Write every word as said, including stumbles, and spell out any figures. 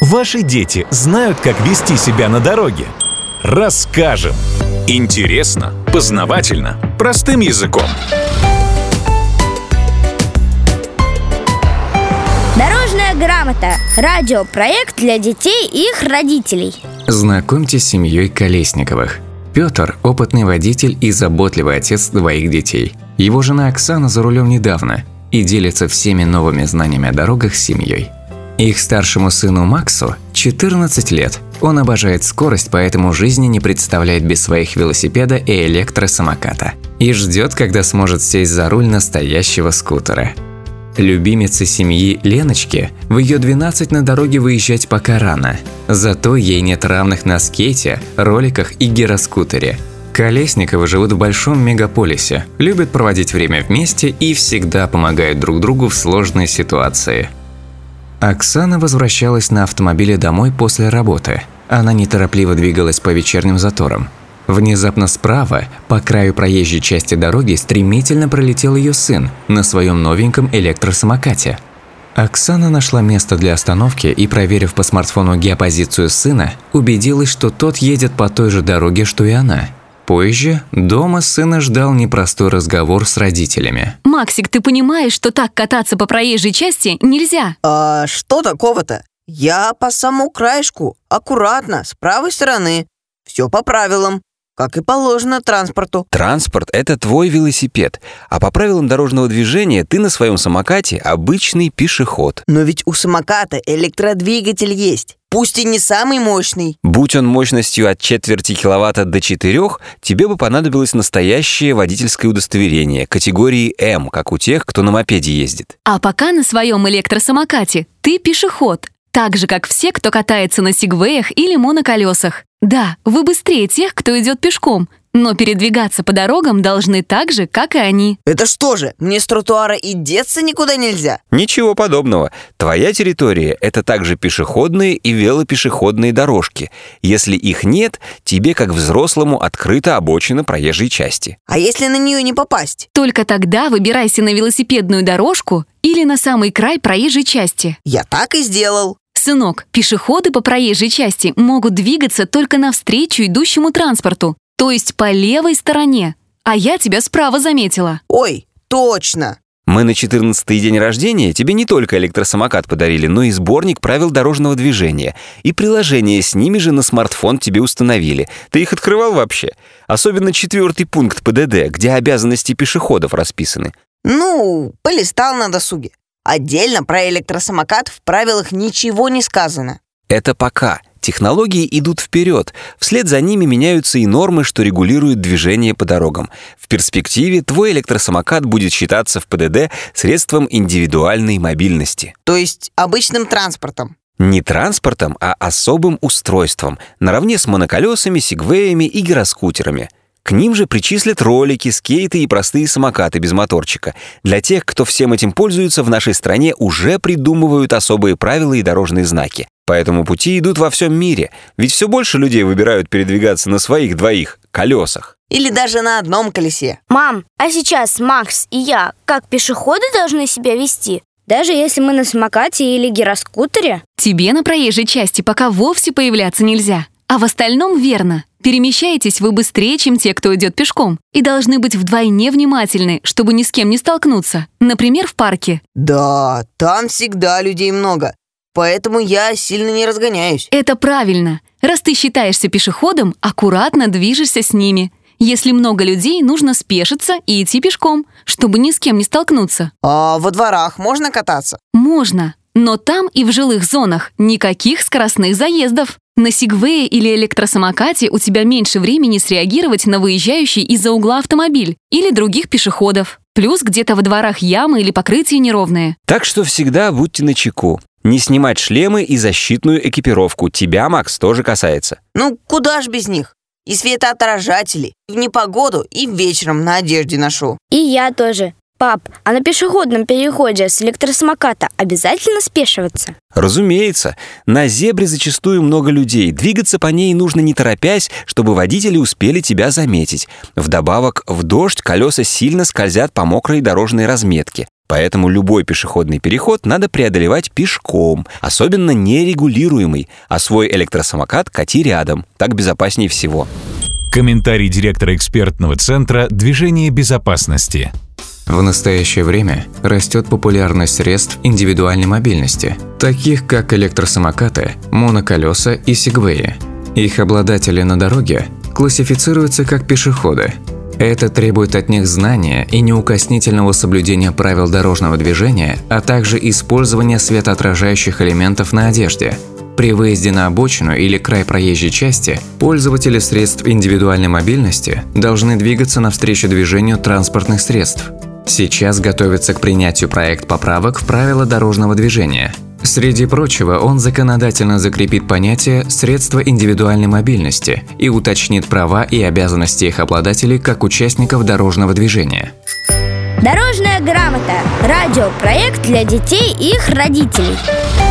Ваши дети знают, как вести себя на дороге? Расскажем. Интересно, познавательно, простым языком. Дорожная грамота. Радиопроект для детей и их родителей. Знакомьтесь с семьей Колесниковых. Петр – опытный водитель и заботливый отец двоих детей. Его жена Оксана за рулем недавно и делится всеми новыми знаниями о дорогах с семьей. Их старшему сыну Максу четырнадцать лет. Он обожает скорость, поэтому жизни не представляет без своих велосипеда и электросамоката. И ждет, когда сможет сесть за руль настоящего скутера. Любимице семьи Леночке в ее двенадцать на дороге выезжать пока рано. Зато ей нет равных на скейте, роликах и гироскутере. Колесниковы живут в большом мегаполисе, любят проводить время вместе и всегда помогают друг другу в сложной ситуации. Оксана возвращалась на автомобиле домой после работы. Она неторопливо двигалась по вечерним заторам. Внезапно справа, по краю проезжей части дороги, стремительно пролетел ее сын на своем новеньком электросамокате. Оксана нашла место для остановки и, проверив по смартфону геопозицию сына, убедилась, что тот едет по той же дороге, что и она. Позже дома сына ждал непростой разговор с родителями. Максик, ты понимаешь, что так кататься по проезжей части нельзя? А что такого-то? Я по самому краешку, аккуратно, с правой стороны. Все по правилам, как и положено транспорту. Транспорт – это твой велосипед, а по правилам дорожного движения ты на своем самокате обычный пешеход. Но ведь у самоката электродвигатель есть, пусть и не самый мощный. Будь он мощностью от четверти киловатта до четырех, тебе бы понадобилось настоящее водительское удостоверение категории М, как у тех, кто на мопеде ездит. А пока на своем электросамокате ты пешеход, так же, как все, кто катается на сигвеях или моноколесах. Да, вы быстрее тех, кто идет пешком, но передвигаться по дорогам должны так же, как и они. Это что же, мне с тротуара и деться никуда нельзя? Ничего подобного. Твоя территория – это также пешеходные и велопешеходные дорожки. Если их нет, тебе, как взрослому, открыта обочина проезжей части. А если на нее не попасть? Только тогда выбирайся на велосипедную дорожку или на самый край проезжей части. Я так и сделал. Сынок, пешеходы по проезжей части могут двигаться только навстречу идущему транспорту, то есть по левой стороне. А я тебя справа заметила. Ой, точно. Мы на четырнадцатый день рождения тебе не только электросамокат подарили, но и сборник правил дорожного движения. И приложение с ними же на смартфон тебе установили. Ты их открывал вообще? Особенно четвертый пункт ПДД, где обязанности пешеходов расписаны. Ну, полистал на досуге. Отдельно про электросамокат в правилах ничего не сказано. Это пока. Технологии идут вперед. Вслед за ними меняются и нормы, что регулируют движение по дорогам. В перспективе твой электросамокат будет считаться в ПДД средством индивидуальной мобильности. То есть обычным транспортом. Не транспортом, а особым устройством, наравне с моноколесами, сигвеями и гироскутерами. К ним же причислят ролики, скейты и простые самокаты без моторчика. Для тех, кто всем этим пользуется, в нашей стране уже придумывают особые правила и дорожные знаки. Поэтому пути идут во всем мире. Ведь все больше людей выбирают передвигаться на своих двоих колесах. Или даже на одном колесе. Мам, а сейчас Макс и я как пешеходы должны себя вести? Даже если мы на самокате или гироскутере? Тебе на проезжей части пока вовсе появляться нельзя. А в остальном верно. Перемещаетесь вы быстрее, чем те, кто идет пешком, и должны быть вдвойне внимательны, чтобы ни с кем не столкнуться. Например, в парке. Да, там всегда людей много, поэтому я сильно не разгоняюсь. Это правильно. Раз ты считаешься пешеходом, аккуратно движешься с ними. Если много людей, нужно спешиться и идти пешком, чтобы ни с кем не столкнуться. А во дворах можно кататься? Можно, но там и в жилых зонах никаких скоростных заездов. На сигвее или электросамокате у тебя меньше времени среагировать на выезжающий из-за угла автомобиль или других пешеходов. Плюс где-то во дворах ямы или покрытие неровное. Так что всегда будьте начеку. Не снимать шлемы и защитную экипировку. Тебя, Макс, тоже касается. Ну, куда ж без них? И светоотражатели, и в непогоду, и вечером на одежде ношу. И я тоже. Пап, а на пешеходном переходе с электросамоката обязательно спешиваться? Разумеется. На зебре зачастую много людей. Двигаться по ней нужно не торопясь, чтобы водители успели тебя заметить. Вдобавок, в дождь колеса сильно скользят по мокрой дорожной разметке. Поэтому любой пешеходный переход надо преодолевать пешком, особенно нерегулируемый, а свой электросамокат кати рядом, так безопаснее всего. Комментарий директора экспертного центра движения безопасности. В настоящее время растет популярность средств индивидуальной мобильности, таких как электросамокаты, моноколеса и сегвеи. Их обладатели на дороге классифицируются как пешеходы. Это требует от них знания и неукоснительного соблюдения правил дорожного движения, а также использования светоотражающих элементов на одежде. При выезде на обочину или край проезжей части пользователи средств индивидуальной мобильности должны двигаться навстречу движению транспортных средств. Сейчас готовится к принятию проект поправок в правила дорожного движения. Среди прочего, он законодательно закрепит понятие «средства индивидуальной мобильности» и уточнит права и обязанности их обладателей как участников дорожного движения. Дорожная грамота. Радиопроект для детей и их родителей.